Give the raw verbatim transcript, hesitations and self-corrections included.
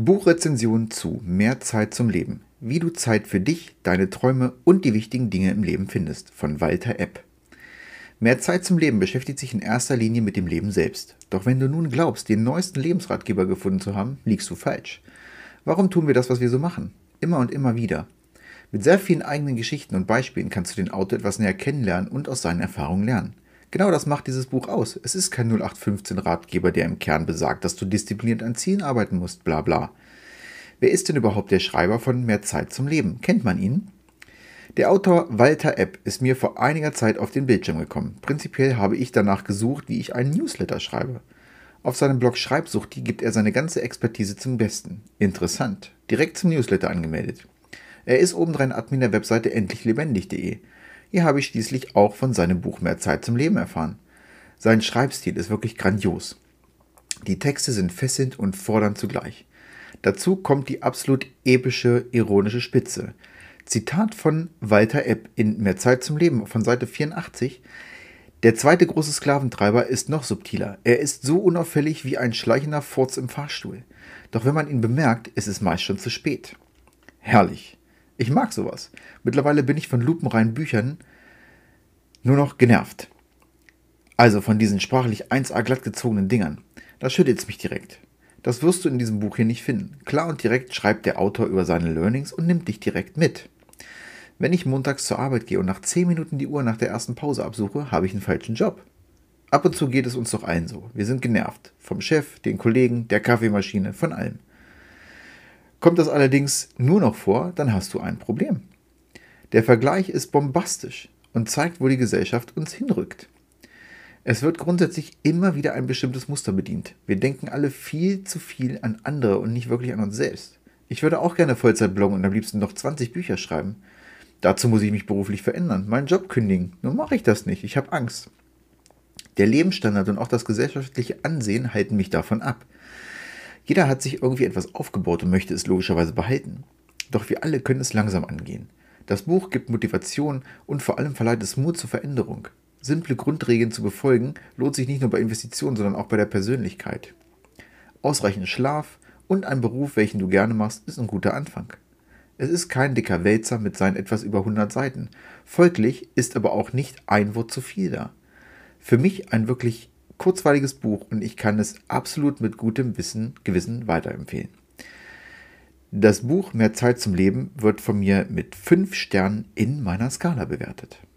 Buchrezension zu Mehr Zeit zum Leben. Wie du Zeit für dich, deine Träume und die wichtigen Dinge im Leben findest. Von Walter Epp. Mehr Zeit zum Leben beschäftigt sich in erster Linie mit dem Leben selbst. Doch wenn du nun glaubst, den neuesten Lebensratgeber gefunden zu haben, liegst du falsch. Warum tun wir das, was wir so machen? Immer und immer wieder. Mit sehr vielen eigenen Geschichten und Beispielen kannst du den Autor etwas näher kennenlernen und aus seinen Erfahrungen lernen. Genau das macht dieses Buch aus. Es ist kein null acht fünfzehn Ratgeber, der im Kern besagt, dass du diszipliniert an Zielen arbeiten musst, bla bla. Wer ist denn überhaupt der Schreiber von Mehr Zeit zum Leben? Kennt man ihn? Der Autor Walter Epp ist mir vor einiger Zeit auf den Bildschirm gekommen. Prinzipiell habe ich danach gesucht, wie ich einen Newsletter schreibe. Auf seinem Blog Schreibsuchti gibt er seine ganze Expertise zum Besten. Interessant. Direkt zum Newsletter angemeldet. Er ist obendrein Admin der Webseite endlich lebendig punkt de. Hier habe ich schließlich auch von seinem Buch Mehr Zeit zum Leben erfahren. Sein Schreibstil ist wirklich grandios. Die Texte sind fesselnd und fordernd zugleich. Dazu kommt die absolut epische, ironische Spitze. Zitat von Walter Epp in Mehr Zeit zum Leben von Seite vierundachtzig. Der zweite große Sklaventreiber ist noch subtiler. Er ist so unauffällig wie ein schleichender Furz im Fahrstuhl. Doch wenn man ihn bemerkt, ist es meist schon zu spät. Herrlich. Ich mag sowas. Mittlerweile bin ich von lupenreinen Büchern nur noch genervt. Also von diesen sprachlich eins A glattgezogenen Dingern. Da schüttelt's mich direkt. Das wirst du in diesem Buch hier nicht finden. Klar und direkt schreibt der Autor über seine Learnings und nimmt dich direkt mit. Wenn ich montags zur Arbeit gehe und nach zehn Minuten die Uhr nach der ersten Pause absuche, habe ich einen falschen Job. Ab und zu geht es uns doch allen so. Wir sind genervt. Vom Chef, den Kollegen, der Kaffeemaschine, von allem. Kommt das allerdings nur noch vor, dann hast du ein Problem. Der Vergleich ist bombastisch und zeigt, wo die Gesellschaft uns hinrückt. Es wird grundsätzlich immer wieder ein bestimmtes Muster bedient. Wir denken alle viel zu viel an andere und nicht wirklich an uns selbst. Ich würde auch gerne Vollzeit bloggen und am liebsten noch zwanzig Bücher schreiben. Dazu muss ich mich beruflich verändern, meinen Job kündigen. Nur mache ich das nicht, ich habe Angst. Der Lebensstandard und auch das gesellschaftliche Ansehen halten mich davon ab. Jeder hat sich irgendwie etwas aufgebaut und möchte es logischerweise behalten. Doch wir alle können es langsam angehen. Das Buch gibt Motivation und vor allem verleiht es Mut zur Veränderung. Simple Grundregeln zu befolgen lohnt sich nicht nur bei Investitionen, sondern auch bei der Persönlichkeit. Ausreichend Schlaf und ein Beruf, welchen du gerne machst, ist ein guter Anfang. Es ist kein dicker Wälzer mit seinen etwas über hundert Seiten. Folglich ist aber auch nicht ein Wort zu viel da. Für mich ein wirklich kurzweiliges Buch und ich kann es absolut mit gutem Wissen, Gewissen weiterempfehlen. Das Buch Mehr Zeit zum Leben wird von mir mit fünf Sternen in meiner Skala bewertet.